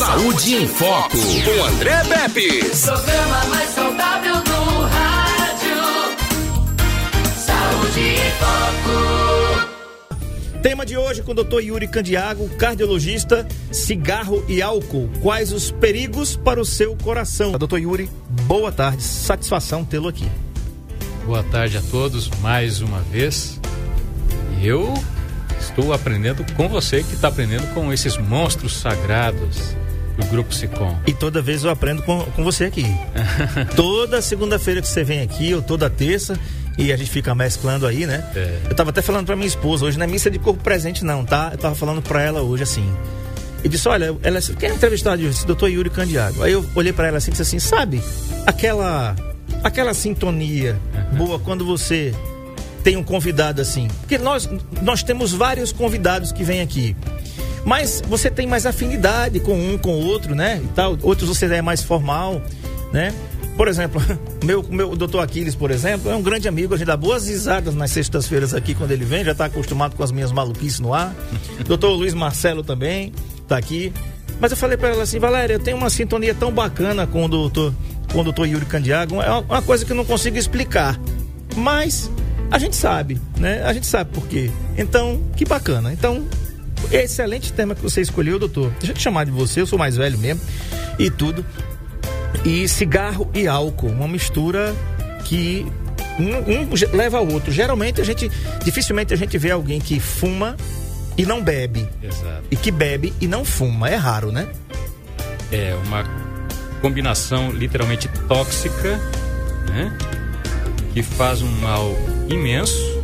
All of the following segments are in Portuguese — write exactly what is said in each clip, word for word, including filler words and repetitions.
Saúde em Foco, com André Pepe. Programa mais saudável do rádio. Saúde em Foco. Tema de hoje com o doutor Yuri Candiago, cardiologista, cigarro e álcool. Quais os perigos para o seu coração? doutor Yuri, boa tarde, satisfação tê-lo aqui. Boa tarde a todos, mais uma vez. Eu estou aprendendo com você que está aprendendo com esses monstros sagrados do Grupo Sicom. E toda vez eu aprendo com, com você aqui. Toda segunda-feira que você vem aqui, ou toda terça, e a gente fica mesclando aí, né? É. Eu tava até falando pra minha esposa, hoje não é missa de corpo presente não, tá? Eu tava falando pra ela hoje assim. E disse, olha, ela quer entrevistar o doutor Yuri Candiago. Aí eu olhei pra ela assim e disse assim, sabe, aquela, aquela sintonia uhum. boa quando você tem um convidado assim. Porque nós, nós temos vários convidados que vêm aqui. Mas você tem mais afinidade com um, com o outro, né? E tal. Outros você é mais formal, né? Por exemplo, meu, meu doutor Aquiles, por exemplo, é um grande amigo, a gente dá boas risadas nas sextas-feiras aqui quando ele vem, já está acostumado com as minhas maluquices no ar. doutor Luiz Marcelo também está aqui. Mas eu falei para ela assim, Valéria, eu tenho uma sintonia tão bacana com o doutor, com o doutor Yuri Candiago, é uma coisa que eu não consigo explicar. Mas a gente sabe, né? A gente sabe por quê. Então, que bacana. Então, excelente tema que você escolheu, doutor. Deixa eu te chamar de você, eu sou mais velho mesmo e tudo. E cigarro e álcool, uma mistura que um, um leva ao outro. Geralmente a gente, dificilmente a gente vê alguém que fuma e não bebe. Exato. E que bebe e não fuma, é raro, né? É uma combinação literalmente tóxica, né? Que faz um mal imenso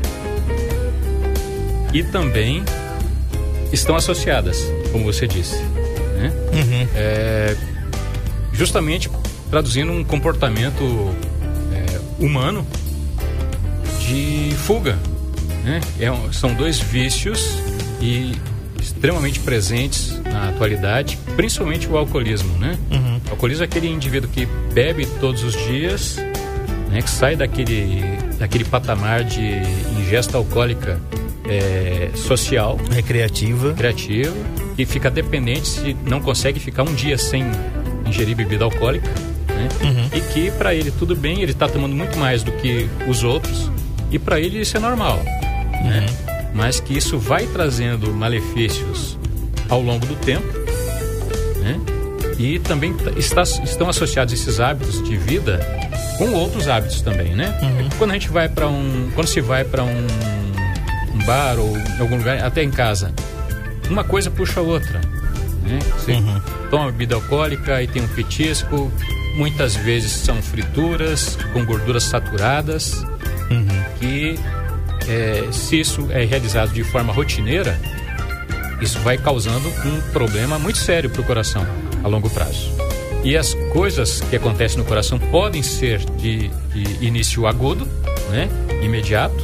e também estão associadas, como você disse, né? Uhum. É, justamente traduzindo um comportamento é, humano de fuga, né? É, são dois vícios e extremamente presentes na atualidade, principalmente o alcoolismo, né? Uhum. O alcoolismo é aquele indivíduo que bebe todos os dias, né? Que sai daquele, daquele patamar de ingesta alcoólica é, social, recreativa, recreativa, que fica dependente, se não consegue ficar um dia sem ingerir bebida alcoólica, né? Uhum. E que para ele tudo bem, ele está tomando muito mais do que os outros e para ele isso é normal, uhum. né? Mas que isso vai trazendo malefícios ao longo do tempo, né? E também está, estão associados esses hábitos de vida com outros hábitos também, né? Uhum. Quando a gente vai para um, quando se vai para um, um bar ou em algum lugar, até em casa, uma coisa puxa a outra, né? Você uhum. toma bebida alcoólica e tem um petisco, muitas vezes são frituras com gorduras saturadas, uhum. que é, se isso é realizado de forma rotineira, isso vai causando um problema muito sério para o coração a longo prazo. E as coisas que acontecem no coração podem ser de, de início agudo, né, imediato,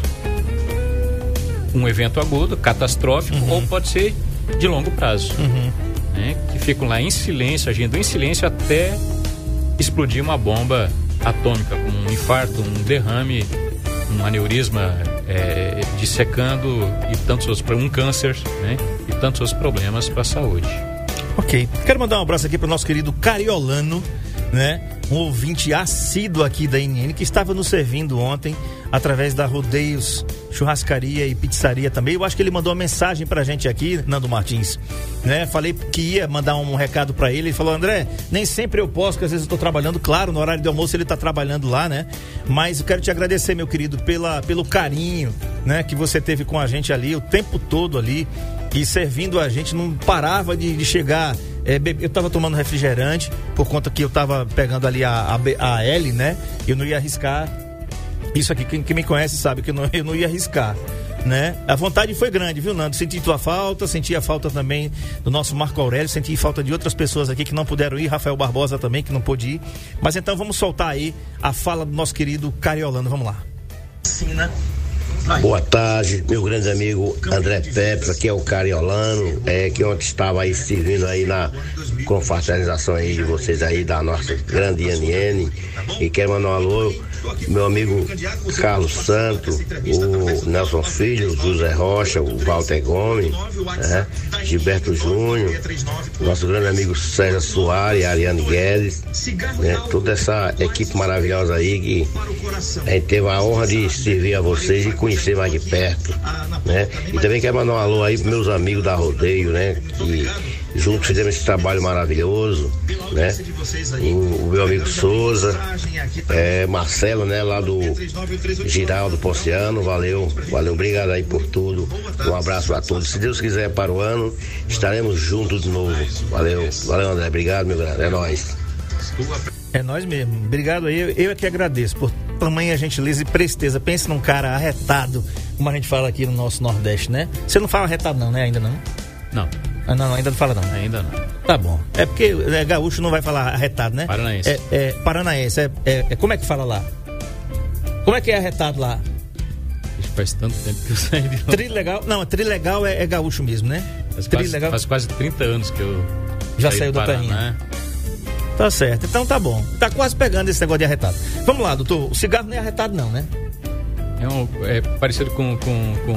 um evento agudo, catastrófico, uhum. ou pode ser de longo prazo. Uhum. Né, que ficam lá em silêncio, agindo em silêncio até explodir uma bomba atômica, com um infarto, um derrame, um aneurisma é, dissecando e tantos outros, um câncer, né, e tantos outros problemas para a saúde. Ok, quero mandar um abraço aqui para o nosso querido Cariolano, né? Um ouvinte assíduo aqui da N N que estava nos servindo ontem através da Rodeios Churrascaria e Pizzaria também. Eu acho que ele mandou uma mensagem pra gente aqui, Nando Martins, né? Falei que ia mandar um recado pra ele. Ele falou, André, nem sempre eu posso, porque às vezes eu tô trabalhando. Claro, no horário de almoço ele tá trabalhando lá, né? Mas eu quero te agradecer, meu querido, pela, pelo carinho, né? Que você teve com a gente ali, o tempo todo ali, e servindo a gente, não parava de, de chegar. É, eu tava tomando refrigerante, por conta que eu tava pegando ali a, a, a L, né? Eu não ia arriscar. Isso aqui, quem, quem me conhece sabe que eu não, eu não ia arriscar, né? A vontade foi grande, viu, Nando? Senti tua falta, senti a falta também do nosso Marco Aurélio, senti falta de outras pessoas aqui que não puderam ir, Rafael Barbosa também, que não pôde ir. Mas então vamos soltar aí a fala do nosso querido Cariolano, vamos lá. Sim, né? Boa tarde, meu grande amigo André Pepe, aqui é o Cariolano, é, que ontem estava aí servindo aí na confraternização aí de vocês aí, da nossa grande I N N, e quero mandar um alô, meu amigo Carlos Santos, o Nelson Filho, o José Rocha, o Walter Gomes, né, Gilberto Júnior, nosso grande amigo César Soares, Ariane Guedes, né, toda essa equipe maravilhosa aí que a gente teve a honra de servir a vocês e conhecer mais de perto, né? E também quero mandar um alô aí para meus amigos da Rodeio, né? Que juntos fizemos esse trabalho maravilhoso, né? O, o meu amigo Souza, é, Marcelo, né? Lá do Giraldo Ponciano, valeu, valeu, obrigado aí por tudo. Um abraço para todos. Se Deus quiser, para o ano estaremos juntos de novo. Valeu, valeu, André, obrigado, meu grande, é nóis. É nós mesmo. Obrigado aí. Eu, eu é que agradeço por tamanha gentileza e presteza. Pense num cara arretado, como a gente fala aqui no nosso Nordeste, né? Você não fala arretado não, né? Ainda não? Não. Ah, não, ainda não fala não. Ainda não. Tá bom. É porque é, gaúcho não vai falar arretado, né? Paranaense. É, é paranaense. É, é, é, como é que fala lá? Como é que é arretado lá? Faz tanto tempo que eu saí de lá. Trilegal? Não, trilegal é, é gaúcho mesmo, né? Faz Trilegal. quase, faz quase trinta anos que eu já saí saiu do da Paraná. terrinha. Tá certo, então tá bom. Tá quase pegando esse negócio de arretado. Vamos lá, doutor. O cigarro não é arretado não, né? É, um, é parecido com, com, com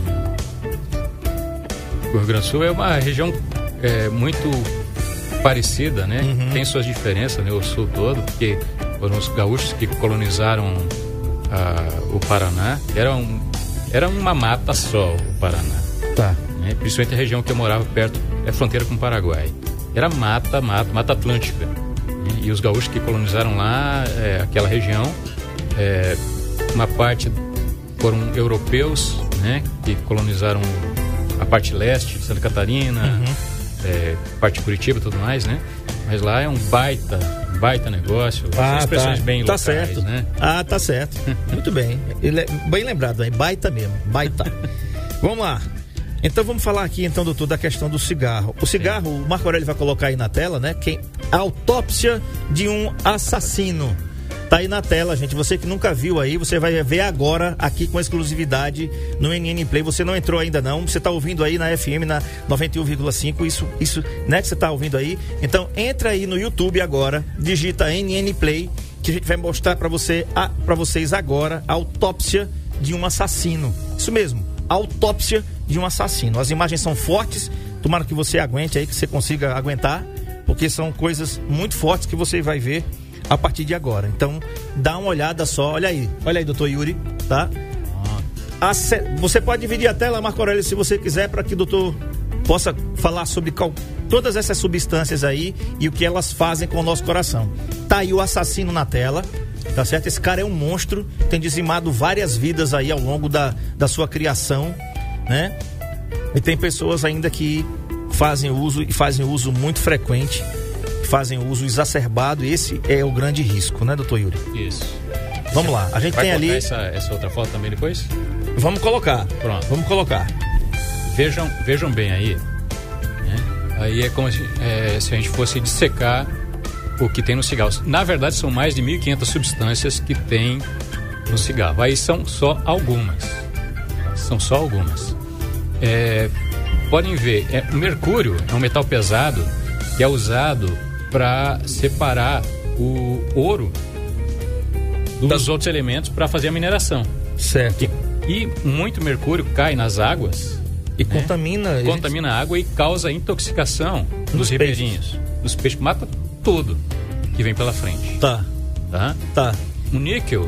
o Rio Grande do Sul. É uma região é, muito parecida, né? Uhum. Tem suas diferenças, né? O sul todo, porque foram os gaúchos que colonizaram a, o Paraná. Era, um, era uma mata só o Paraná. Tá. Né? Principalmente a região que eu morava perto, é fronteira com o Paraguai. Era mata, mata, mata atlântica. E os gaúchos que colonizaram lá, é, aquela região, é, uma parte foram europeus, né, que colonizaram a parte leste, Santa Catarina, uhum. é, parte de Curitiba e tudo mais, né? Mas lá é um baita, baita negócio. Ah, expressões tá. bem tá locais, certo. Né? Ah, tá certo. Muito bem. Ele é bem lembrado, hein? Baita mesmo, baita. Vamos lá. Então vamos falar aqui, então, doutor, da questão do cigarro. O cigarro, o Marco Aurélio vai colocar aí na tela, né? Quem, a autópsia de um assassino. Tá aí na tela, gente. Você que nunca viu aí, você vai ver agora aqui com exclusividade no N N Play. Você não entrou ainda não, você tá ouvindo aí na F M, na noventa e um vírgula cinco, isso, isso, né, que você tá ouvindo aí. Então entra aí no YouTube agora, digita N N Play, que a gente vai mostrar para você, para vocês agora a autópsia de um assassino. Isso mesmo, a autópsia de um assassino. As imagens são fortes, tomara que você aguente aí, que você consiga aguentar, porque são coisas muito fortes que você vai ver a partir de agora. Então, dá uma olhada só, olha aí, olha aí, doutor Yuri, tá? Ah. Ce... Você pode dividir a tela, Marco Aurélio, se você quiser, para que o doutor possa falar sobre qual... todas essas substâncias aí e o que elas fazem com o nosso coração. Tá aí o assassino na tela, tá certo? Esse cara é um monstro, tem dizimado várias vidas aí ao longo da, da sua criação, né? E tem pessoas ainda que fazem uso e fazem uso muito frequente, fazem uso exacerbado, e esse é o grande risco, né, doutor Yuri? Isso. Vamos lá, a gente Vai tem ali... essa, essa outra foto também depois? Vamos colocar. Pronto. Vamos colocar. Vejam, vejam bem aí, né? Aí é como se, é, se a gente fosse dissecar o que tem no cigarro. Na verdade, são mais de mil e quinhentas substâncias que tem no cigarro. Aí são só algumas. São só algumas. É, podem ver, é, o mercúrio é um metal pesado que é usado para separar o ouro dos outros elementos para fazer a mineração. Certo. E, e muito mercúrio cai nas águas e né? contamina contamina a água e causa intoxicação nos ribeirinhos, nos peixes, mata tudo que vem pela frente. Tá. Tá? Tá. O níquel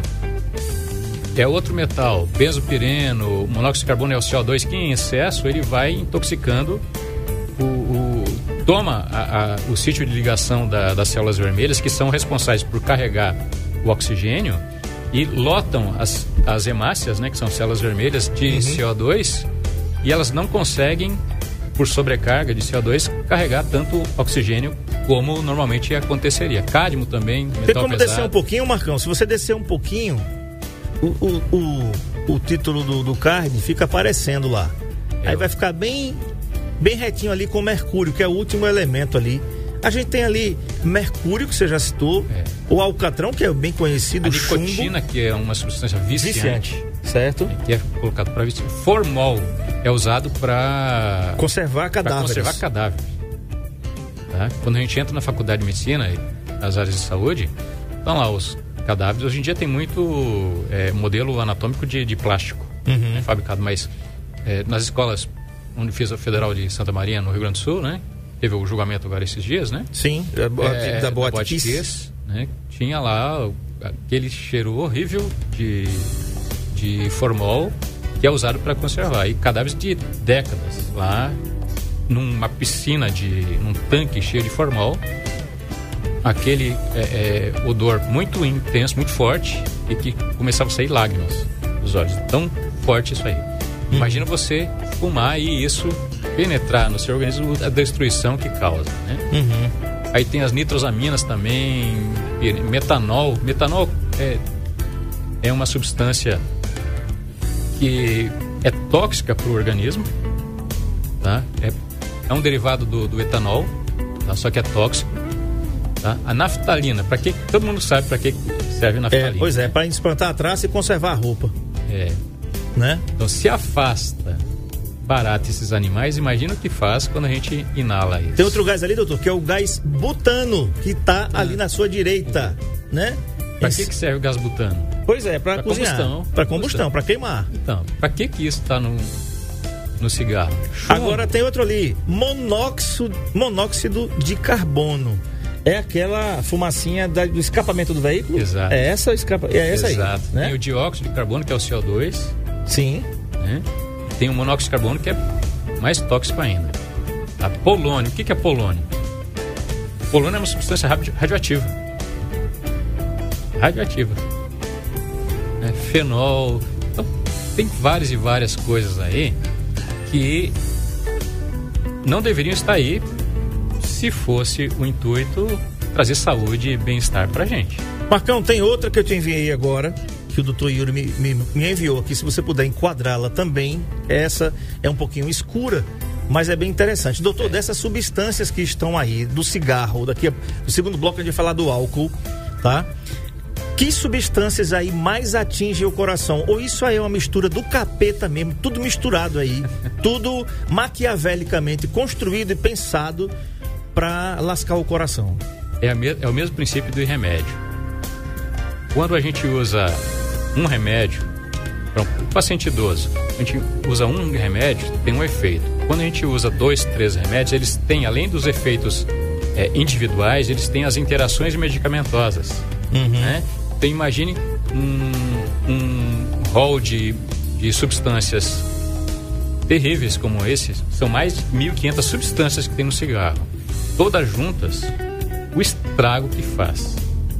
é outro metal, benzopireno, monóxido de carbono é o C O dois, que em excesso ele vai intoxicando o, o toma a, a, o sítio de ligação da, das células vermelhas, que são responsáveis por carregar o oxigênio, e lotam as, as hemácias, né, que são células vermelhas, de uhum. C O dois, e elas não conseguem, por sobrecarga de C O dois, carregar tanto oxigênio como normalmente aconteceria. Cádmio também, metal Tem como pesado. descer um pouquinho, Marcão? Se você descer um pouquinho, o, o, o, o título do, do card fica aparecendo lá. Eu. Aí vai ficar bem, bem retinho ali com mercúrio, que é o último elemento ali. A gente tem ali mercúrio, que você já citou, é. o alcatrão, que é bem conhecido, a o nicotina, chumbo, que é uma substância viciante. viciante. Certo. Que é colocado para vestir. Formol é usado para conservar cadáveres. conservar cadáveres. Tá? Quando a gente entra na faculdade de medicina, nas áreas de saúde, estão lá os cadáveres. Hoje em dia tem muito é, modelo anatômico de, de plástico, uhum. né, fabricado, mas é, nas escolas onde fiz a Federal de Santa Maria, no Rio Grande do Sul, né? Teve o julgamento agora esses dias, né? Sim, da, é, da Boate Boate Kiss. Kiss, né? Tinha lá aquele cheiro horrível de, de formol que é usado para conservar. E cadáveres de décadas lá numa piscina, de num tanque cheio de formol. Aquele é, é, odor muito intenso, muito forte, e que começava a sair lágrimas dos olhos. Tão forte isso aí. Hum. Imagina você fumar e isso penetrar no seu organismo, a destruição que causa, né? Uhum. Aí tem as nitrosaminas também, metanol. Metanol é, é uma substância que é tóxica para o organismo, tá? É, é um derivado do, do etanol, tá? Só que é tóxico. Tá? A naftalina, para que todo mundo sabe para que serve a naftalina. É, pois é, né? para esplantar a traça e conservar a roupa. É. Né? Então, se afasta barata esses animais, imagina o que faz quando a gente inala isso. Tem outro gás ali, doutor, que é o gás butano, que está ah. ali na sua direita, né? Para Esse... que, que serve o gás butano? Pois é, para cozinhar, para combustão, para queimar. Então, para que que isso está no no cigarro? Chumbo. Agora tem outro ali, monóxido, monóxido de carbono. É aquela fumacinha da, do escapamento do veículo? Exato. É essa, escapa, é essa Exato. aí. Né? Tem o dióxido de carbono, que é o C O dois. Sim. Né? Tem o monóxido de carbono, que é mais tóxico ainda. A polônio. O que que é polônio? Polônio é uma substância radio, radioativa. Radioativa. Né? Fenol. Então, tem várias e várias coisas aí que não deveriam estar aí se fosse o intuito trazer saúde e bem-estar pra gente. Marcão, tem outra que eu te enviei agora, que o doutor Yuri me, me, me enviou aqui, se você puder enquadrá-la também. Essa é um pouquinho escura, mas é bem interessante. Doutor, é. dessas substâncias que estão aí, do cigarro, daqui a, no segundo bloco a gente vai falar do álcool, tá? Que substâncias aí mais atingem o coração? Ou isso aí é uma mistura do capeta mesmo, tudo misturado aí, tudo maquiavelicamente construído e pensado para lascar o coração? É, a me- é o mesmo princípio do remédio. Quando a gente usa um remédio para um paciente idoso, a gente usa um remédio, tem um efeito. Quando a gente usa dois, três remédios, eles têm, além dos efeitos é, individuais, eles têm as interações medicamentosas. Uhum. Né? Então imagine um, um rol de, de substâncias terríveis como esse. São mais de mil e quinhentas substâncias que tem no cigarro. Todas juntas, o estrago que faz.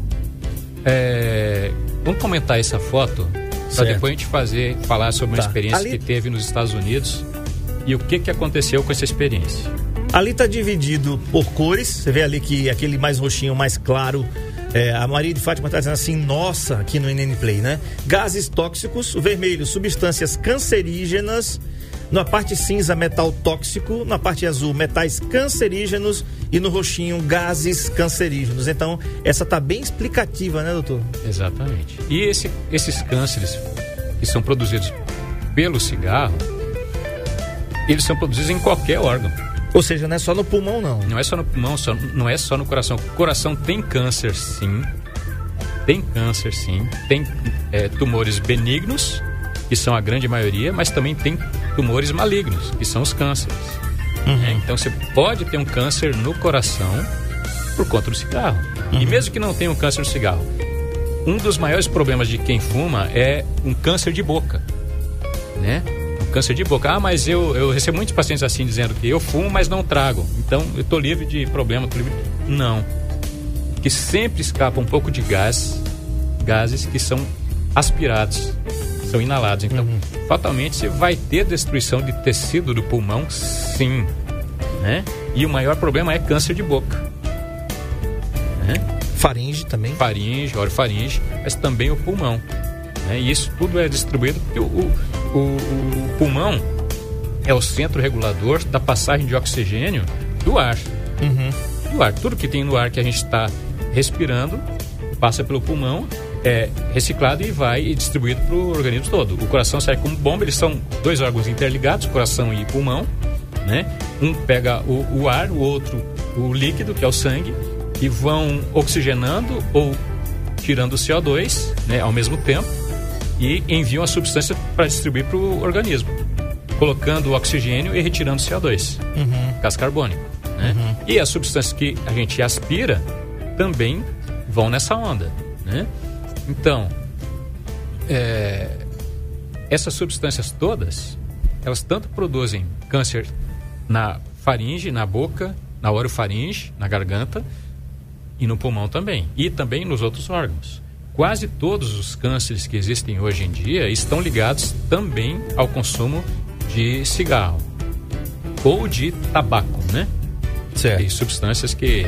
É, vamos comentar essa foto para depois a gente fazer, falar sobre uma tá. experiência Ali... que teve nos Estados Unidos e o que, que aconteceu com essa experiência. Ali está dividido por cores. Você vê ali que aquele mais roxinho, mais claro, é, a Maria de Fátima está dizendo assim, nossa, aqui no N N Play, né? Gases tóxicos, o vermelho, substâncias cancerígenas. Na parte cinza, metal tóxico. Na parte azul, metais cancerígenos. E no roxinho, gases cancerígenos. Então, essa tá bem explicativa, né, doutor? Exatamente. E esse, esses cânceres que são produzidos pelo cigarro, eles são produzidos em qualquer órgão. Ou seja, não é só no pulmão, não. Não é só no pulmão, só, não é só no coração. O coração tem câncer, sim. Tem câncer, sim. Tem é, tumores benignos, que são a grande maioria, mas também tem tumores malignos, que são os cânceres. Uhum. É, então você pode ter um câncer no coração por conta do cigarro. Uhum. E mesmo que não tenha um câncer no cigarro, um dos maiores problemas de quem fuma é um câncer de boca, né? Um câncer de boca. Ah, mas eu, eu recebo muitos pacientes assim dizendo que eu fumo, mas não trago. Então eu estou livre de problema. Tô livre... Não. Que sempre escapa um pouco de gás, gases que são aspirados, são inalados. Então, uhum. fatalmente, você vai ter destruição de tecido do pulmão, sim. Né? E o maior problema é câncer de boca. Né? Faringe também. Faringe, orofaringe, mas também o pulmão. Né? E isso tudo é distribuído porque o, o, o, o pulmão é o centro regulador da passagem de oxigênio do ar. Uhum. Do ar. Tudo que tem no ar que a gente está respirando passa pelo pulmão é reciclado e vai distribuído para o organismo todo. O coração serve como bomba, eles são dois órgãos interligados, coração e pulmão, né? Um pega o, o ar, o outro o líquido, que é o sangue, e vão oxigenando ou tirando o C O dois, né, ao mesmo tempo, e enviam a substância para distribuir para o organismo, colocando o oxigênio e retirando o C O dois, uhum. gás carbônico, né? Uhum. E as substâncias que a gente aspira também vão nessa onda, né? Então, é, essas substâncias todas, elas tanto produzem câncer na faringe, na boca, na orofaringe, na garganta e no pulmão também, e também nos outros órgãos. Quase todos os cânceres que existem hoje em dia estão ligados também ao consumo de cigarro ou de tabaco, né? Certo. E substâncias que...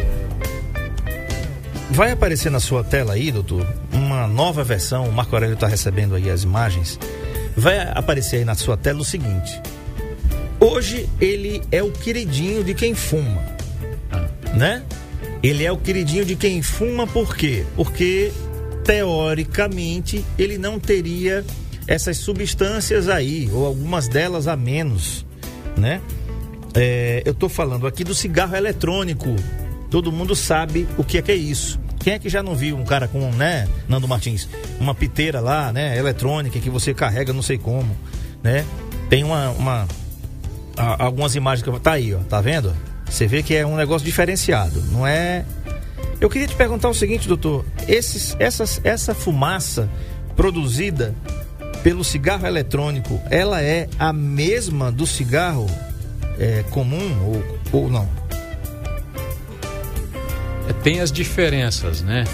Vai aparecer na sua tela aí, doutor, uma nova versão, o Marco Aurélio está recebendo aí as imagens, vai aparecer aí na sua tela o seguinte: hoje ele é o queridinho de quem fuma, ah. né? Ele é o queridinho de quem fuma por quê? Porque, teoricamente, ele não teria essas substâncias aí, ou algumas delas a menos, né? É, eu estou falando aqui do cigarro eletrônico. Todo mundo sabe o que é que é isso. Quem é que já não viu um cara com, né, Nando Martins, uma piteira lá, né, eletrônica, que você carrega não sei como, né? Tem uma, uma a, algumas imagens que eu... Tá aí, ó, tá vendo? Você vê que é um negócio diferenciado, não é... Eu queria te perguntar o seguinte, doutor, esses, essas, essa fumaça produzida pelo cigarro eletrônico, ela é a mesma do cigarro é, comum ou, ou não? Tem as diferenças, né?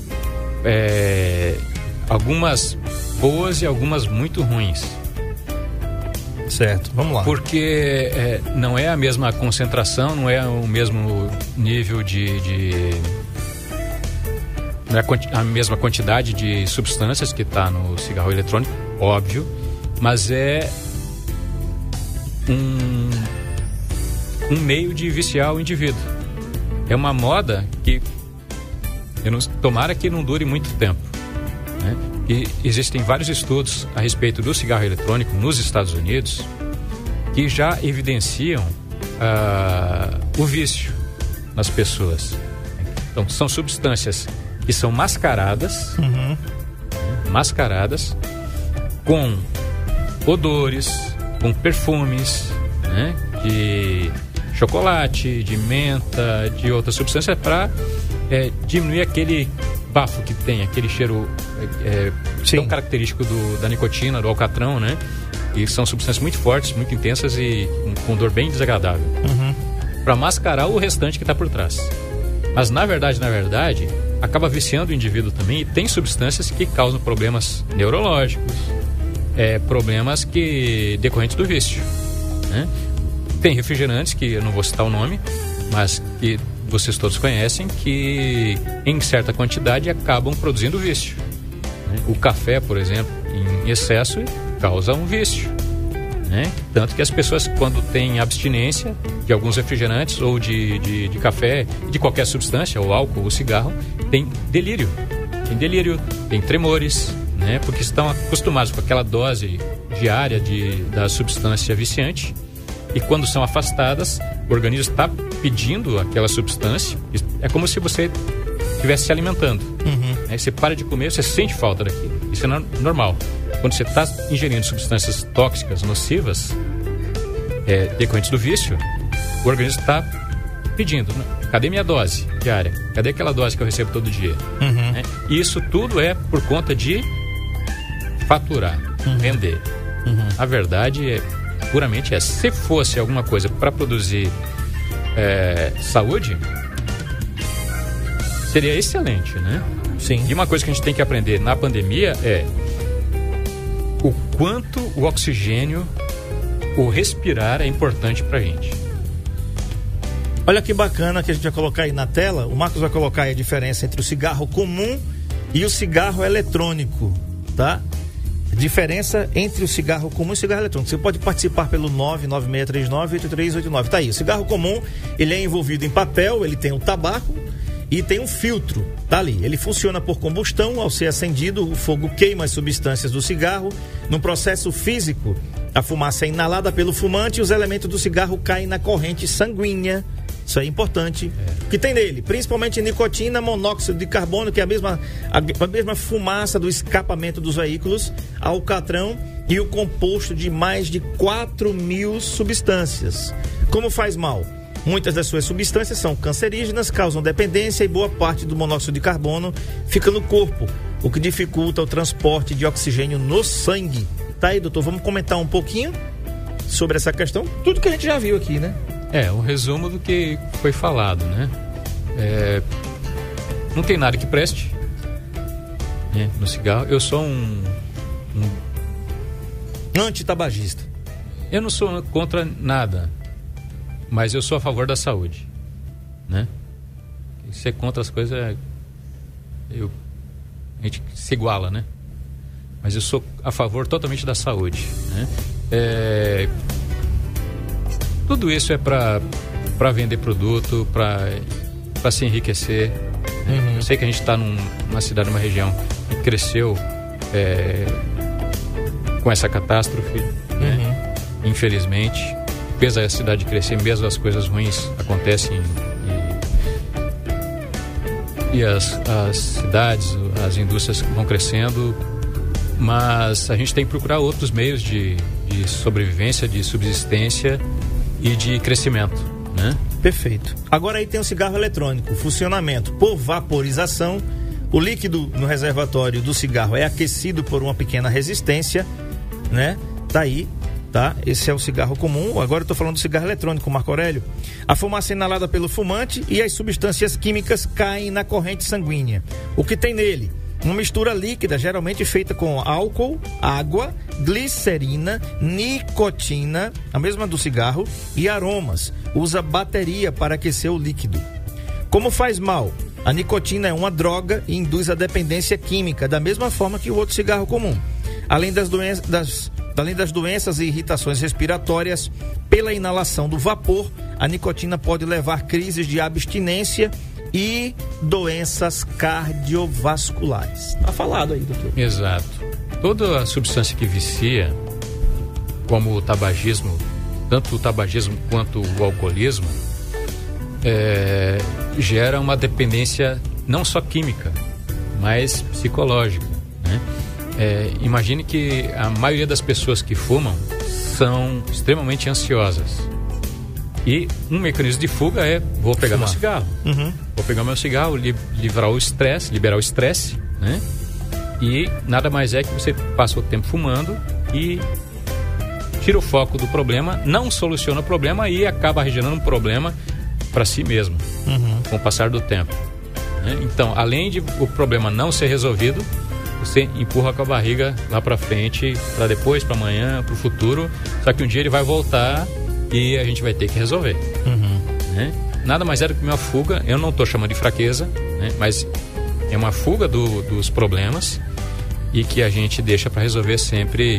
É, algumas boas e algumas muito ruins. Certo, vamos lá. Porque é, não é a mesma concentração, não é o mesmo nível de... de não é a mesma quantidade de substâncias que está no cigarro eletrônico, óbvio, mas é um, um meio de viciar o indivíduo. É uma moda que eu não, tomara que não dure muito tempo, né? E existem vários estudos a respeito do cigarro eletrônico nos Estados Unidos que já evidenciam uh, o vício nas pessoas. Então, são substâncias que são mascaradas, uhum. mascaradas com odores, com perfumes, né, de chocolate, de menta, de outras substâncias para é, diminuir aquele bafo que tem, aquele cheiro é, tão característico do, da nicotina, do alcatrão, né? E são substâncias muito fortes, muito intensas e com, com dor bem desagradável. Uhum. Para mascarar o restante que está por trás. Mas na verdade, na verdade, acaba viciando o indivíduo também, e tem substâncias que causam problemas neurológicos, é, problemas que decorrentes do vício, né? Tem refrigerantes, que eu não vou citar o nome, mas que vocês todos conhecem, que em certa quantidade acabam produzindo vício, né? O café, por exemplo, em excesso causa um vício, né? Tanto que as pessoas, quando têm abstinência de alguns refrigerantes ou de, de, de café, de qualquer substância, ou álcool, ou cigarro, tem delírio, tem delírio, tem tremores, né? Porque estão acostumados com aquela dose diária de, da substância viciante. E quando são afastadas, o organismo está pedindo aquela substância. É como se você estivesse se alimentando. Uhum. Aí você para de comer, você sente falta daquilo. Isso é normal. Quando você está ingerindo substâncias tóxicas, nocivas, é, decorrentes do vício, o organismo está pedindo: cadê minha dose diária? Cadê aquela dose que eu recebo todo dia? Uhum. Né? E isso tudo é por conta de faturar, uhum. vender. Uhum. A verdade é... puramente é, se fosse alguma coisa para produzir é, saúde, seria excelente, né? Sim. E uma coisa que a gente tem que aprender na pandemia é o quanto o oxigênio, o respirar é importante pra gente. Olha que bacana que a gente vai colocar aí na tela. O Marcos vai colocar aí a diferença entre o cigarro comum e o cigarro eletrônico, tá? Diferença entre o cigarro comum e o cigarro eletrônico. Você pode participar pelo nove nove seis três nove oito três oito nove. Tá aí. O cigarro comum, ele é envolvido em papel, ele tem o tabaco e tem um filtro, tá ali. Ele funciona por combustão. Ao ser acendido, o fogo queima as substâncias do cigarro. No processo físico, a fumaça é inalada pelo fumante e os elementos do cigarro caem na corrente sanguínea. Isso é importante. É. O que tem nele? Principalmente nicotina, monóxido de carbono, que é a mesma, a, a mesma fumaça do escapamento dos veículos, alcatrão e o composto de mais de quatro mil substâncias. Como faz mal? Muitas das suas substâncias são cancerígenas, causam dependência e boa parte do monóxido de carbono fica no corpo, o que dificulta o transporte de oxigênio no sangue. Tá aí, doutor, vamos comentar um pouquinho sobre essa questão? Tudo que a gente já viu aqui, né? É, um resumo do que foi falado, né? É, não tem nada que preste, né, no cigarro. Eu sou um, um... antitabagista. Eu não sou contra nada, mas eu sou a favor da saúde, né? Ser contra as coisas, eu, a gente se iguala, né? Mas eu sou a favor totalmente da saúde, né? É... Tudo isso é para para vender produto, para se enriquecer. Uhum. Eu sei que a gente está num, numa cidade, numa região que cresceu é, com essa catástrofe, uhum. né? Infelizmente, apesar da cidade crescer, mesmo as coisas ruins acontecem e, e as, as cidades, as indústrias vão crescendo, mas a gente tem que procurar outros meios de, de sobrevivência, de subsistência e de crescimento, né? Perfeito. Agora aí tem o cigarro eletrônico, funcionamento por vaporização. O líquido no reservatório do cigarro é aquecido por uma pequena resistência, né? Tá aí, tá? Esse é o cigarro comum. Agora eu tô falando do cigarro eletrônico, Marco Aurélio. A fumaça é inalada pelo fumante e as substâncias químicas caem na corrente sanguínea. O que tem nele? Uma mistura líquida, geralmente feita com álcool, água, glicerina, nicotina, a mesma do cigarro, e aromas. Usa bateria para aquecer o líquido. Como faz mal? A nicotina é uma droga e induz a dependência química, da mesma forma que o outro cigarro comum. Além das doenças, das, além das doenças e irritações respiratórias, pela inalação do vapor, a nicotina pode levar crises de abstinência e doenças cardiovasculares. Tá falado aí, doutor. Exato. Toda a substância que vicia, como o tabagismo, tanto o tabagismo quanto o alcoolismo, é, gera uma dependência não só química, mas psicológica, né? É, imagine que a maioria das pessoas que fumam são extremamente ansiosas. E um mecanismo de fuga é, vou pegar Fumar. meu cigarro. Uhum. Vou pegar meu cigarro, li, livrar o estresse, liberar o estresse, né? E nada mais é que você passa o tempo fumando e tira o foco do problema, não soluciona o problema e acaba gerando um problema para si mesmo, uhum. com o passar do tempo, né? Então, além de o problema não ser resolvido, você empurra com a barriga lá para frente, para depois, para amanhã, para o futuro, só que um dia ele vai voltar e a gente vai ter que resolver, uhum. né? Nada mais é do que uma fuga. Eu não estou chamando de fraqueza, né? Mas é uma fuga do, dos problemas e que a gente deixa para resolver sempre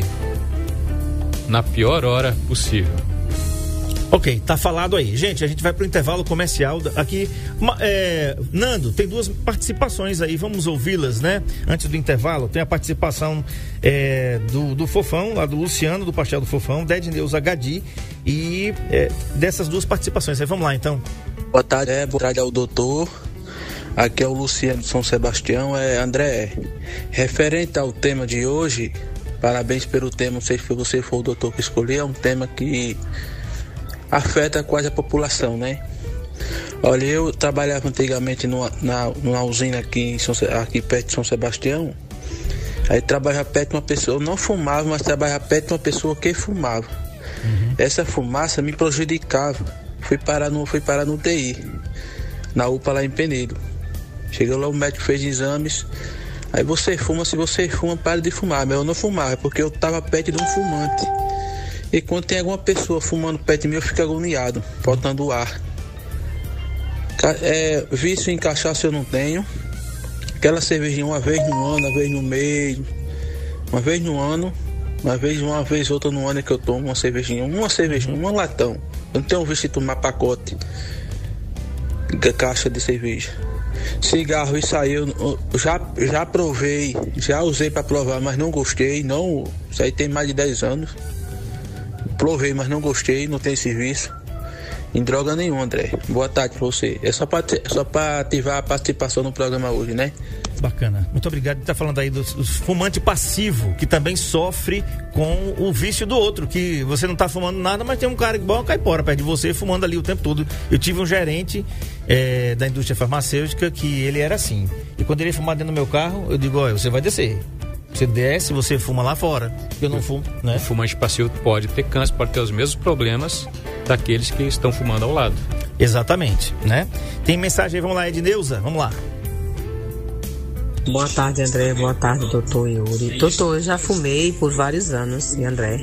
na pior hora possível. Ok, tá falado aí. Gente, a gente vai pro intervalo comercial aqui. É, Nando, tem duas participações aí, vamos ouvi-las, né? Antes do intervalo, tem a participação é, do, do Fofão, lá do Luciano, do Pastel do Fofão, Dedneuza Gadi, e é, dessas duas participações aí. Vamos lá, então. Boa tarde, é, boa tarde ao doutor. Aqui é o Luciano de São Sebastião. É, André, referente ao tema de hoje, parabéns pelo tema, não sei se você foi o doutor que escolheu, é um tema que afeta quase a população, né? Olha, eu trabalhava antigamente numa, na, numa usina aqui, em São, aqui perto de São Sebastião. Aí trabalhava perto de uma pessoa, eu não fumava, mas trabalhava perto de uma pessoa que fumava. Uhum. Essa fumaça me prejudicava. Fui parar no, fui parar no U T I, na U P A lá em Penedo. Chegou lá, o médico fez exames. Aí você fuma, se você fuma, para de fumar. Mas eu não fumava, porque eu estava perto de um fumante. E quando tem alguma pessoa fumando perto de mim, eu fico agoniado, faltando ar. É, vício em cachaça eu não tenho. Aquela cervejinha uma vez no ano, uma vez no mês, uma vez no ano, uma vez, uma vez outra no ano é que eu tomo uma cervejinha, uma cervejinha, um latão. Eu não tenho vício de tomar pacote, caixa de cerveja. Cigarro, isso aí eu, eu já, já provei, já usei pra provar, mas não gostei, não, isso aí tem mais de dez anos. Provei, mas não gostei, não tem serviço em droga nenhuma, André. Boa tarde pra você. É só pra, só pra ativar a participação no programa hoje, né? Bacana. Muito obrigado por estar falando aí do, do fumante passivo, que também sofre com o vício do outro, que você não está fumando nada, mas tem um cara igual uma caipora perto de você, fumando ali o tempo todo. Eu tive um gerente é, da indústria farmacêutica que ele era assim. E quando ele ia fumar dentro do meu carro, eu digo, olha, você vai descer. Você desce, você fuma lá fora. Eu não fumo, né? O fumante passivo pode ter câncer, pode ter os mesmos problemas daqueles que estão fumando ao lado. Exatamente, né? Tem mensagem aí, vamos lá, Edneuza, vamos lá. Boa tarde, André. Boa tarde, doutor Yuri. Doutor, eu já fumei por vários anos, e André.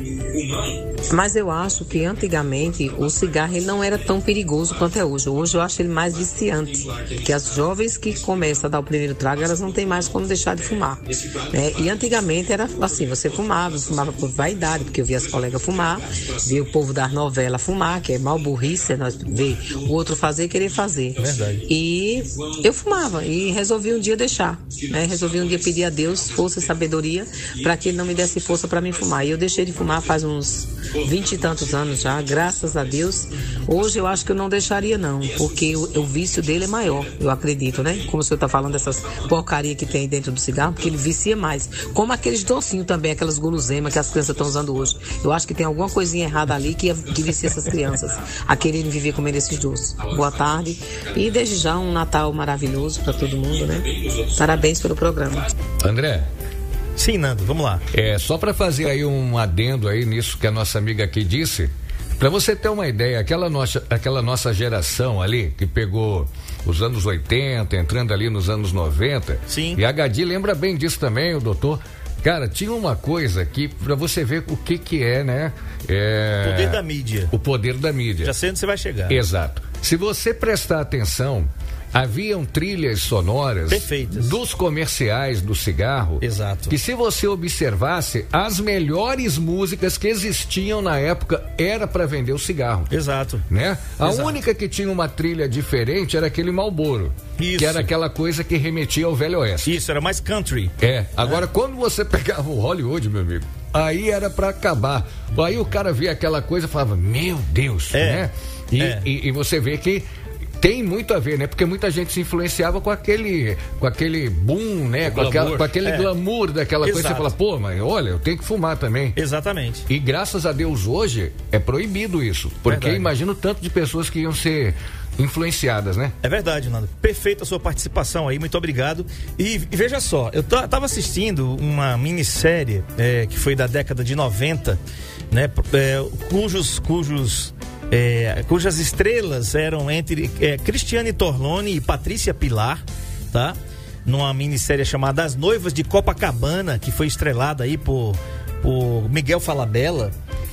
Mas eu acho que antigamente o cigarro ele não era tão perigoso quanto é hoje. Hoje eu acho ele mais viciante. Porque as jovens que começam a dar o primeiro trago, elas não têm mais como deixar de fumar. Né? E antigamente era assim, você fumava, você fumava por vaidade, porque eu via as colegas fumar, via o povo das novelas fumar, que é mal burrice, nós ver o outro fazer e querer fazer. Verdade. E eu fumava e resolvi um dia deixar. Né? Resolvi um dia pedir a Deus força e sabedoria para que ele não me desse força para me fumar. E eu deixei de fumar faz uns vinte e tantos anos já, graças a Deus. Hoje eu acho que eu não deixaria não, porque o, o vício dele é maior, eu acredito, né? Como o senhor está falando dessas porcaria que tem dentro do cigarro, porque ele vicia mais. Como aqueles docinhos também, aquelas guloseimas que as crianças estão usando hoje. Eu acho que tem alguma coisinha errada ali que, que vicia essas crianças a quererem viver comendo esses doces. Boa tarde e desde já um Natal maravilhoso para todo mundo, né? Parabéns pelo programa. André. Sim, Nando, vamos lá. É, só para fazer aí um adendo aí nisso que a nossa amiga aqui disse, para você ter uma ideia, aquela nossa, aquela nossa geração ali, que pegou os anos oitenta, entrando ali nos anos noventa, sim. E a Gadi lembra bem disso também, o doutor. Cara, tinha uma coisa que, pra você ver o que que é, né? É... O poder da mídia. O poder da mídia. Já sei onde você vai chegar. Exato. Se você prestar atenção, haviam trilhas sonoras perfeitas dos comerciais do cigarro. Exato. Que se você observasse, as melhores músicas que existiam na época era para vender o cigarro. Exato. Né? A Exato. única que tinha uma trilha diferente era aquele Marlboro. Isso. Que era aquela coisa que remetia ao Velho Oeste. Isso, era mais country. É. Agora, é. quando você pegava o Hollywood, meu amigo, aí era para acabar. Aí o cara via aquela coisa e falava, meu Deus, é. né? E, é. e, e você vê que tem muito a ver, né? Porque muita gente se influenciava com aquele, com aquele boom, né? Com, aquela, com aquele é. glamour daquela Exato. Coisa. Você fala, pô, mas olha, eu tenho que fumar também. Exatamente. E graças a Deus hoje é proibido isso. Porque verdade. Imagino o tanto de pessoas que iam ser influenciadas, né? É verdade, Nando. Perfeita a sua participação aí, muito obrigado. E, e veja só, eu t- tava assistindo uma minissérie é, que foi da década de noventa, né? É, cujos, cujos É, cujas estrelas eram entre é, Cristiane Torlone e Patrícia Pilar, tá? Numa minissérie chamada As Noivas de Copacabana, que foi estrelada aí por, por Miguel Falabella.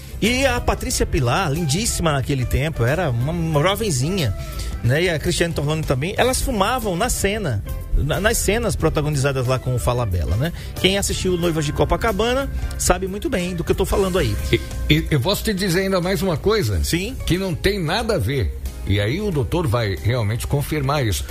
E a Patrícia Pilar, lindíssima naquele tempo, era uma, uma jovenzinha, né? E a Cristiane Torlone também, elas fumavam na cena, na, nas cenas protagonizadas lá com o Falabella, né? Quem assistiu Noivas de Copacabana sabe muito bem do que eu tô falando aí. E, e, eu posso te dizer ainda mais uma coisa? Sim. Que não tem nada a ver. E aí o doutor vai realmente confirmar isso.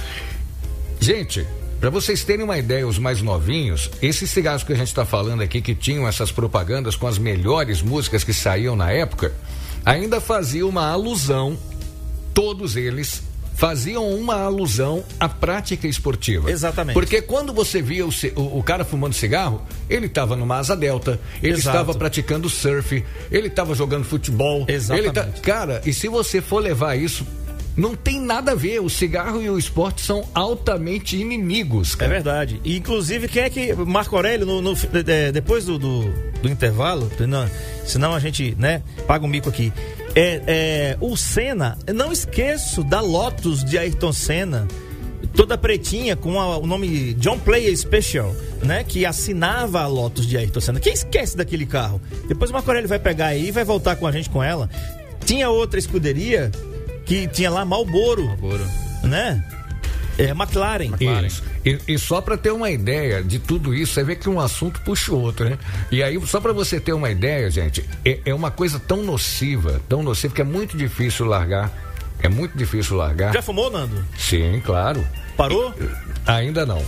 Gente, para vocês terem uma ideia, os mais novinhos, esses cigarros que a gente está falando aqui, que tinham essas propagandas com as melhores músicas que saíam na época, ainda faziam uma alusão, todos eles faziam uma alusão à prática esportiva. Exatamente. Porque quando você via o, o, o cara fumando cigarro, ele estava numa asa delta, ele Exato. Estava praticando surf, ele estava jogando futebol. Exatamente. Ele tá, cara, e se você for levar isso, não tem nada a ver. O cigarro e o esporte são altamente inimigos, cara. É verdade. E, inclusive, quem é que... Marco Aurélio, no, no, é, depois do, do, do intervalo, não, senão a gente, né, paga um mico aqui. É, é, o Senna, não esqueço da Lotus de Ayrton Senna, toda pretinha, com a, o nome John Player Special, né? Que assinava a Lotus de Ayrton Senna. Quem esquece daquele carro? Depois o Marco Aurélio vai pegar aí e vai voltar com a gente com ela. Tinha outra escuderia que tinha lá Marlboro, Marlboro. Né? É, McLaren. McLaren. E, e só para ter uma ideia de tudo isso, você vê que um assunto puxa o outro, né? E aí, só para você ter uma ideia, gente, é, é uma coisa tão nociva, tão nociva, que é muito difícil largar. É muito difícil largar. Já fumou, Nando? Sim, claro. Parou? Ainda não.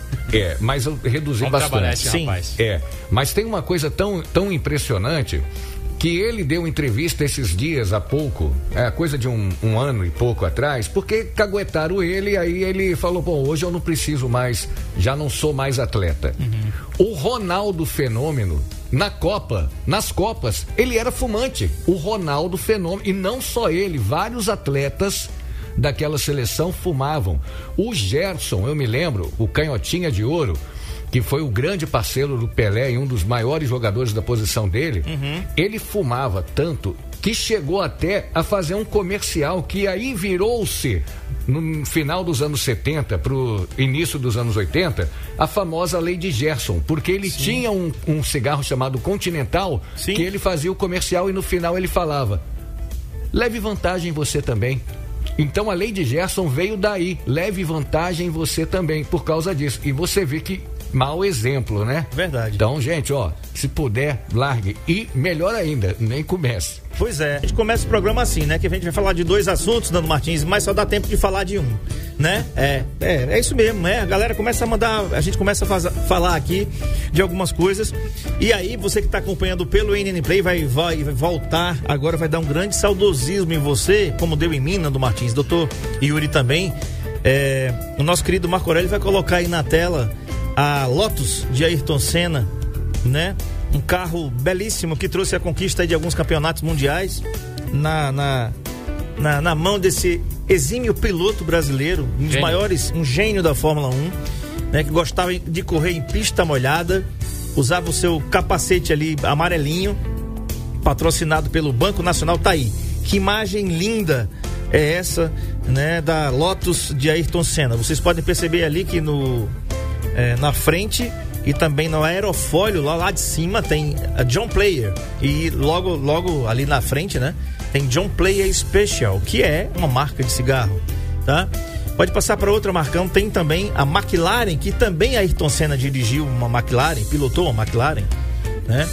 É, mas eu reduzi Vamos bastante. esse Sim. rapaz. É, mas tem uma coisa tão, tão impressionante que ele deu entrevista esses dias há pouco, é coisa de um, um ano e pouco atrás, porque caguetaram ele, aí ele falou, bom, hoje eu não preciso mais, já não sou mais atleta. Uhum. O Ronaldo Fenômeno, na Copa, nas Copas, ele era fumante. O Ronaldo Fenômeno, e não só ele, vários atletas daquela seleção fumavam. O Gerson, eu me lembro, o canhotinha de ouro, que foi o grande parceiro do Pelé e um dos maiores jogadores da posição dele, uhum. ele fumava tanto que chegou até a fazer um comercial que aí virou-se, no final dos anos setenta para o início dos anos oitenta, a famosa lei de Gerson, porque ele Sim. tinha um, um cigarro chamado Continental, Sim. que ele fazia o comercial e no final ele falava, leve vantagem você também. Então a lei de Gerson veio daí, leve vantagem você também, por causa disso. E você vê que mau exemplo, né? Verdade. Então, gente, ó, se puder, largue. E melhor ainda, nem comece. Pois é, a gente começa o programa assim, né? Que a gente vai falar de dois assuntos, Nando Martins, mas só dá tempo de falar de um, né? É, é, é isso mesmo, né? A galera começa a mandar, a gente começa a faz, falar aqui de algumas coisas. E aí, você que está acompanhando pelo N N Play vai, vai, vai voltar, agora vai dar um grande saudosismo em você, como deu em mim, Nando Martins, doutor Yuri também. É, o nosso querido Marco Aurélio vai colocar aí na tela a Lotus de Ayrton Senna, né? Um carro belíssimo que trouxe a conquista de alguns campeonatos mundiais na, na, na, na mão desse exímio piloto brasileiro, um dos gênio. maiores, um gênio da Fórmula um, né? Que gostava de correr em pista molhada, usava o seu capacete ali amarelinho, patrocinado pelo Banco Nacional. Tá aí, que imagem linda é essa, né? Da Lotus de Ayrton Senna. Vocês podem perceber ali que no É, na frente e também no aerofólio lá, lá de cima tem a John Player e logo, logo ali na frente, né, tem John Player Special, que é uma marca de cigarro, tá? Pode passar para outra marcão, tem também a McLaren, que também Ayrton Senna dirigiu uma McLaren, pilotou uma McLaren, né?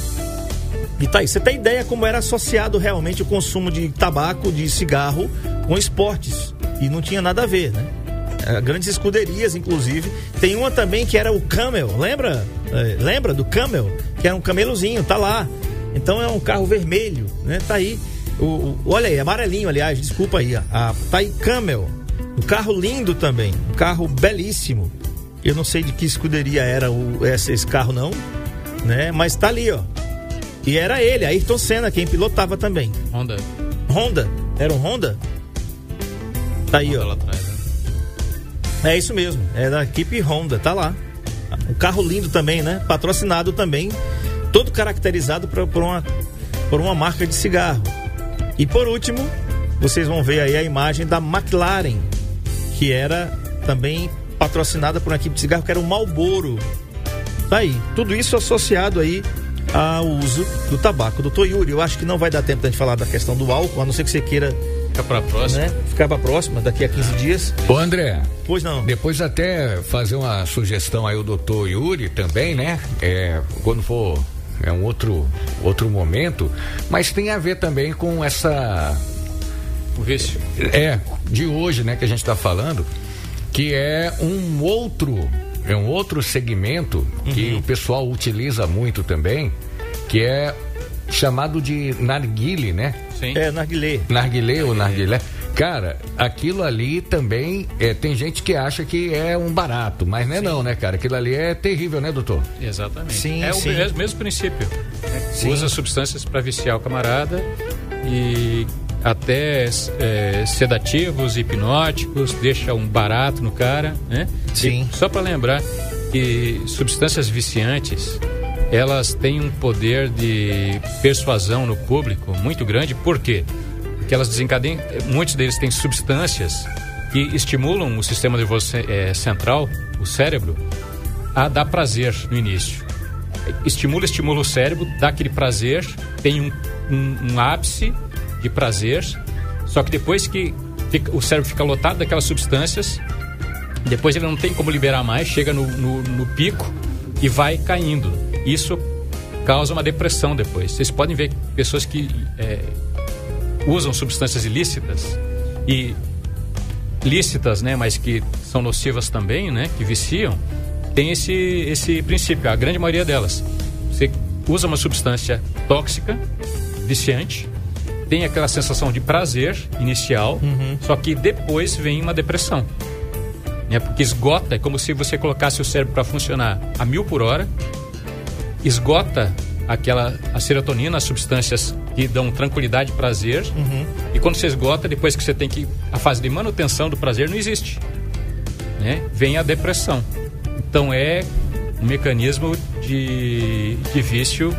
E tá aí, você tem ideia como era associado realmente o consumo de tabaco, de cigarro com esportes, e não tinha nada a ver, né? Grandes escuderias, inclusive. Tem uma também que era o Camel, lembra? É, lembra do Camel? Que era um camelozinho, tá lá. Então é um carro vermelho, né? Tá aí. O, o, olha aí, amarelinho, aliás, desculpa aí. A, tá aí Camel. Um carro lindo também. Um carro belíssimo. Eu não sei de que escuderia era o, esse, esse carro, não, né? Mas tá ali, ó. E era ele, Ayrton Senna, quem pilotava também. Honda. Honda? Era um Honda? Tá aí, Honda ó. Lá atrás, né? É isso mesmo, é da equipe Honda, tá lá. Um carro lindo também, né? Patrocinado também, todo caracterizado pra, por, uma, por uma marca de cigarro. E por último, vocês vão ver aí a imagem da McLaren, que era também patrocinada por uma equipe de cigarro, que era o Marlboro. Tá aí, tudo isso associado aí ao uso do tabaco. Doutor Yuri, eu acho que não vai dar tempo de a gente falar da questão do álcool, a não ser que você queira Fica pra próxima. Né? Ficar pra próxima, daqui a quinze dias. Ô André, pois não. Depois até fazer uma sugestão aí o doutor Yuri também, né? É, quando for é um outro, outro momento, mas tem a ver também com essa... O vício. É, de hoje, né, que a gente tá falando, que é um outro, é um outro segmento que uhum. o pessoal utiliza muito também, que é chamado de narguile, né? Sim. É, narguilé. Narguilé ou narguilé. Cara, aquilo ali também, é, tem gente que acha que é um barato, mas não é sim. não, né, cara? Aquilo ali é terrível, né, doutor? Exatamente. Sim, é sim. o mesmo, mesmo princípio. Sim. Usa substâncias para viciar o camarada e até é, sedativos, hipnóticos, deixa um barato no cara, né? Sim. E só para lembrar que substâncias viciantes, elas têm um poder de persuasão no público muito grande. Por quê? Porque elas desencadeiam, muitos deles têm substâncias que estimulam o sistema nervoso é, central, o cérebro, a dar prazer no início. Estimula, estimula o cérebro, dá aquele prazer, tem um, um, um ápice de prazer, só que depois que fica, o cérebro fica lotado daquelas substâncias, depois ele não tem como liberar mais, chega no, no, no pico e vai caindo. Isso causa uma depressão depois. Vocês podem ver pessoas que é, usam substâncias ilícitas e lícitas, né, mas que são nocivas também, né, que viciam, tem esse, esse princípio, a grande maioria delas. Você usa uma substância tóxica, viciante, tem aquela sensação de prazer inicial, uhum. só que depois vem uma depressão. Né, porque esgota, é como se você colocasse o cérebro para funcionar a mil por hora, esgota aquela, a serotonina, as substâncias que dão tranquilidade e prazer, uhum. e quando você esgota, depois que você tem que... A fase de manutenção do prazer não existe. Né? Vem a depressão. Então é um mecanismo de, de vício,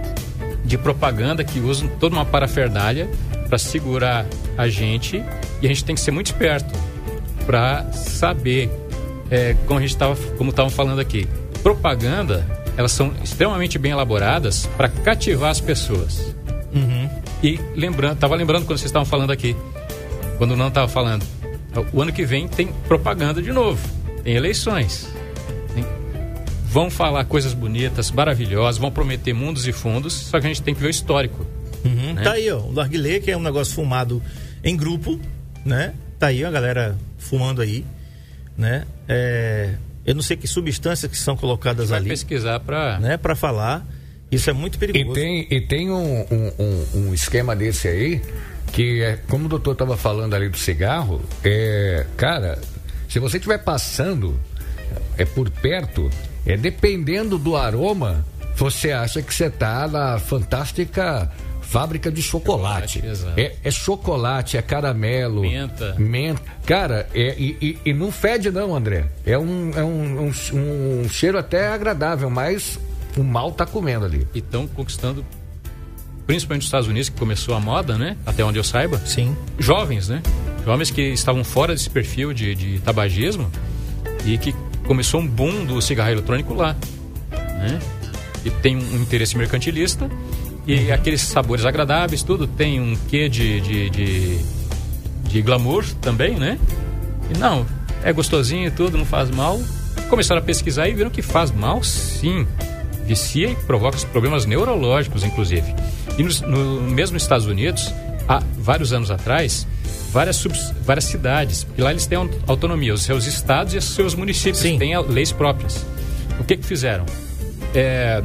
de propaganda, que usam toda uma parafernália para segurar a gente, e a gente tem que ser muito esperto para saber, é, como a gente estava como estavam falando aqui, propaganda, elas são extremamente bem elaboradas para cativar as pessoas. Uhum. E lembrando, estava lembrando quando vocês estavam falando aqui, quando não estava falando, o ano que vem tem propaganda de novo, tem eleições, tem, vão falar coisas bonitas, maravilhosas, vão prometer mundos e fundos, só que a gente tem que ver o histórico. Uhum. Né? Tá aí, ó, o narguilé, que é um negócio fumado em grupo, né? Tá aí a galera fumando aí, né? É, eu não sei que substâncias que são colocadas ali. Pesquisar para, né? Para falar. Isso é muito perigoso. E tem, e tem um, um, um, um esquema desse aí, que é, como o doutor estava falando ali do cigarro, é, cara, se você estiver passando é por perto, é dependendo do aroma, você acha que você está na fantástica fábrica de chocolate. chocolate é, é chocolate, é caramelo, menta. menta. Cara, é, e, e, e não fede não, André. É um, é um, um, um cheiro até agradável, mas o mal tá comendo ali. E estão conquistando, principalmente nos Estados Unidos, que começou a moda, né? Até onde eu saiba. Sim. Jovens, né? Jovens que estavam fora desse perfil de, de tabagismo e que começou um boom do cigarro eletrônico lá, né? E tem um interesse mercantilista. E aqueles sabores agradáveis, tudo tem um quê de, de, de, de glamour também, né? E não, é gostosinho e tudo, não faz mal. Começaram a pesquisar e viram que faz mal, sim. Vicia e provoca problemas neurológicos, inclusive. E no, no mesmo nos Estados Unidos, há vários anos atrás, várias, sub, várias cidades, e lá eles têm autonomia, os seus estados e os seus municípios sim. têm leis próprias. O que que fizeram? É...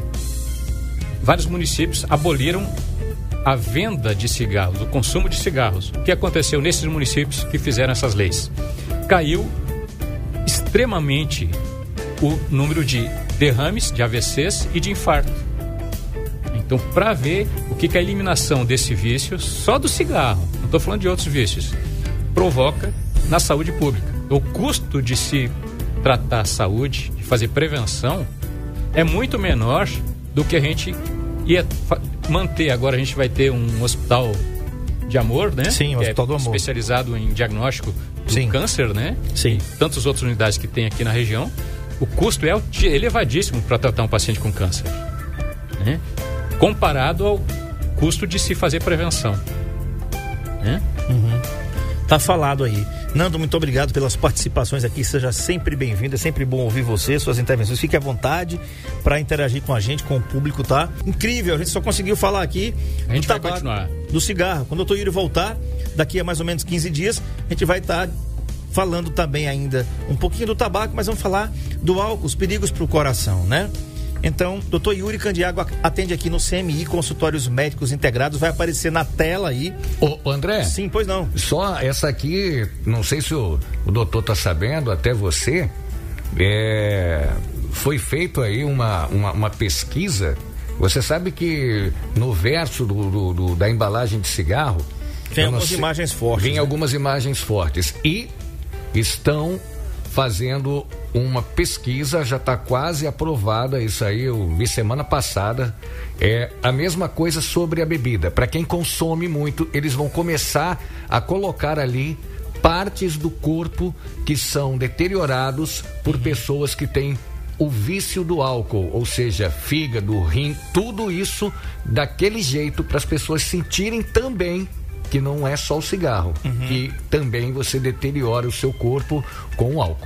Vários municípios aboliram a venda de cigarros, o consumo de cigarros. O que aconteceu nesses municípios que fizeram essas leis? Caiu extremamente o número de derrames, de A V Cs e de infarto. Então, para ver o que, que a eliminação desse vício, só do cigarro, não estou falando de outros vícios, provoca na saúde pública. O custo de se tratar a saúde, de fazer prevenção, é muito menor do que a gente ia fa- manter. Agora a gente vai ter um hospital de amor, né? Sim, o que hospital é do amor. Especializado em diagnóstico do Sim. câncer, né? Sim. E tantas outras unidades que tem aqui na região. O custo é elevadíssimo para tratar um paciente com câncer, né? Comparado ao custo de se fazer prevenção, né? Uhum. Tá falado aí. Nando, muito obrigado pelas participações aqui, seja sempre bem-vindo, é sempre bom ouvir você, suas intervenções, fique à vontade para interagir com a gente, com o público, tá? Incrível, a gente só conseguiu falar aqui a gente do vai tabaco, continuar. do cigarro. Quando o doutor Yuri voltar, daqui a mais ou menos quinze dias, a gente vai estar tá falando também ainda um pouquinho do tabaco, mas vamos falar do álcool, os perigos para o coração, né? Então, doutor Yuri Candiago atende aqui no C M I, Consultórios Médicos Integrados, vai aparecer na tela aí. Ô, André? Sim, pois não. Só essa aqui, não sei se o, o doutor tá sabendo, até você, é, foi feito aí uma, uma, uma pesquisa. Você sabe que no verso do, do, do, da embalagem de cigarro... Tem algumas sei, imagens fortes. Vem né? algumas imagens fortes. E estão fazendo uma pesquisa, já está quase aprovada, isso aí eu vi semana passada, é a mesma coisa sobre a bebida. Para quem consome muito, eles vão começar a colocar ali partes do corpo que são deteriorados por uhum. pessoas que têm o vício do álcool, ou seja, fígado, rim, tudo isso daquele jeito para as pessoas sentirem também que não é só o cigarro, uhum. que também você deteriora o seu corpo com o álcool.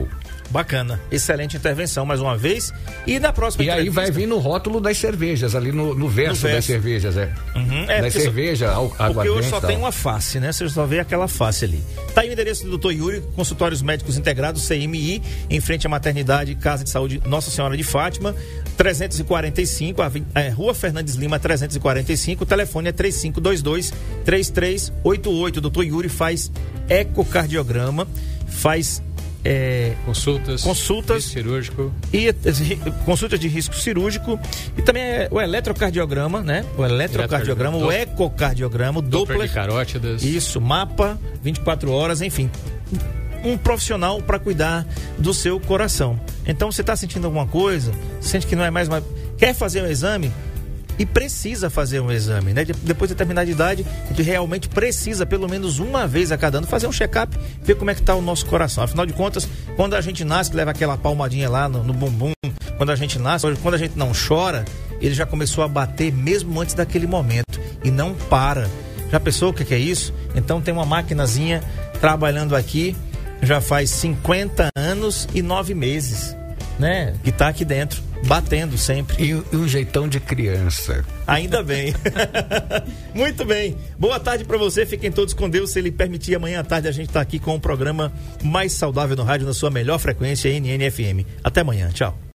Bacana, excelente intervenção mais uma vez. E na próxima E aí vai vir no rótulo das cervejas, ali no, no, verso, No verso. das cervejas, é. Uhum, é, da porque cerveja, só, ao, porque aguardente hoje só e tal. tem uma face, né? Você só vê aquela face ali. Tá aí o endereço do doutor Yuri, Consultórios Médicos Integrados, C M I, em frente à maternidade Casa de Saúde Nossa Senhora de Fátima, trezentos e quarenta e cinco, a, é, Rua Fernandes Lima, trezentos e quarenta e cinco, o telefone é três cinco dois dois, três três oito oito. O doutor Yuri faz ecocardiograma, faz É, consultas, consultas cirúrgico e consultas de risco cirúrgico e também é o eletrocardiograma, né? O eletrocardiograma, o ecocardiograma, o Doppler Doppler de carótidas. Isso, mapa, vinte e quatro horas, enfim. Um profissional para cuidar do seu coração. Então, você está sentindo alguma coisa, sente que não é mais uma... Quer fazer um exame? E precisa fazer um exame, né? Depois de determinada idade, a gente realmente precisa, pelo menos uma vez a cada ano, fazer um check-up, ver como é que está o nosso coração. Afinal de contas, quando a gente nasce, leva aquela palmadinha lá no, no bumbum, quando a gente nasce, quando a gente não chora, ele já começou a bater mesmo antes daquele momento e não para. Já pensou o que, que é isso? Então tem uma maquinazinha trabalhando aqui, já faz cinquenta anos e nove meses, né? Que está aqui dentro, batendo sempre. E, e um jeitão de criança. Ainda bem. Muito bem. Boa tarde para você. Fiquem todos com Deus. Se Ele permitir, amanhã à tarde a gente tá aqui com o programa mais saudável no rádio, na sua melhor frequência, N N F M. Até amanhã. Tchau.